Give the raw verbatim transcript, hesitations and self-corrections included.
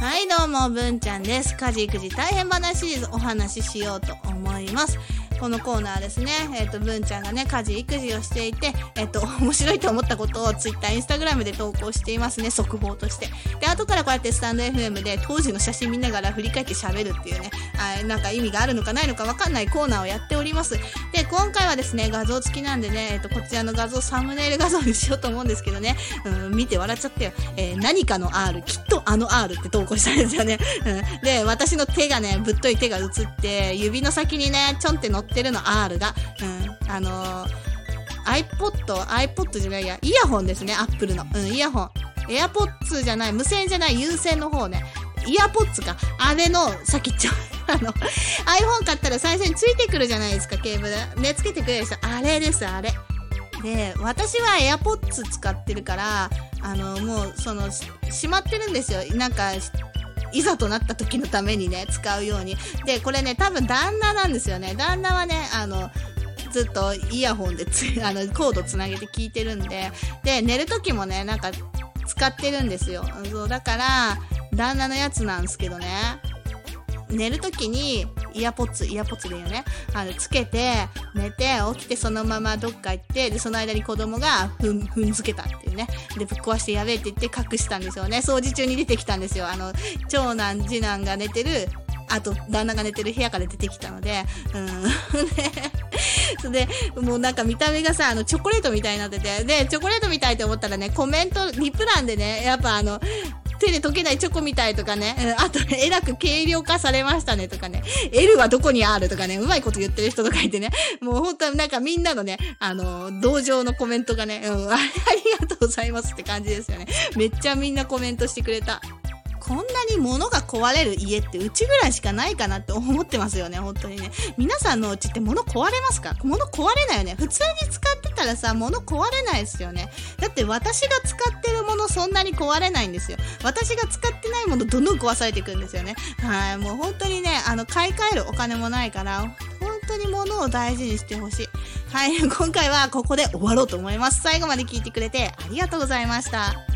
はいどうも、文ちゃんです。家事育児大変話シリーズお話ししようと思います。このコーナーですね、えっと、文ちゃんがね、家事育児をしていて、えっと、面白いと思ったことをツイッター、インスタグラムで投稿していますね、速報として。で、後からこうやってスタンド エフエム で当時の写真見ながら振り返って喋るっていうね、あなんか意味があるのかないのかわかんないコーナーをやっております。で、今回はですね、画像付きなんでね、えっと、こちらの画像、サムネイル画像にしようと思うんですけどね、うん、見て笑っちゃったよ。えー、何かの R、きっとあの R って投稿したんですよね。うん、で、私の手がね、ぶっとい手が映って、指の先にね、ちょんって乗ってるの R が、うん、あのー、iPod、iPod じゃないや、イヤホンですね、Apple の。うん、イヤホン。AirPods じゃない、無線じゃない、有線の方ね。イヤポッツか。あれの先っちょ。あの、iPhone 買ったら最初についてくるじゃないですか、ケーブル。ね、つけてくれる人。あれです、あれ。で、私は AirPods 使ってるから、あの、もう、その、しまってるんですよ。なんか、いざとなった時のためにね、使うように。で、これね、多分旦那なんですよね。旦那はね、あの、ずっとイヤホンでつ、あの、コードつなげて聞いてるんで、で、寝る時もね、なんか、使ってるんですよ。そう、だから、旦那のやつなんですけどね。寝るときに、イヤポッツ、イヤポッツで言うね。あの、つけて、寝て、起きてそのままどっか行って、で、その間に子供がふん、踏んづけたっていうね。で、ぶっ壊してやべえって言って隠したんですよね。掃除中に出てきたんですよ。あの、長男、次男が寝てる、あと、旦那が寝てる部屋から出てきたので、うん。で、それで、もうなんか見た目がさ、あの、チョコレートみたいになってて、で、チョコレートみたいと思ったらね、コメント、リプ欄でね、やっぱあの、手で溶けないチョコみたいとかね、うん、あとね、えらく軽量化されましたねとかね、L はどこにあるとかね、うまいこと言ってる人とかいてね、もう本当になんかみんなのね、あの、同情のコメントがね、うん、ありがとうございますって感じですよね。めっちゃみんなコメントしてくれた。こんなに物が壊れる家ってうちぐらいしかないかなって思ってますよね、本当にね。皆さんのうちって物壊れますか？物壊れないよね。普通に使ってたらさ、物壊れないですよね。だって私が使ってるものそんなに壊れないんですよ。私が使ってないものどんどん壊されていくんですよね。はい、もう本当にね、あの、買い替えるお金もないから、本当に物を大事にしてほしい。はい、今回はここで終わろうと思います。最後まで聞いてくれてありがとうございました。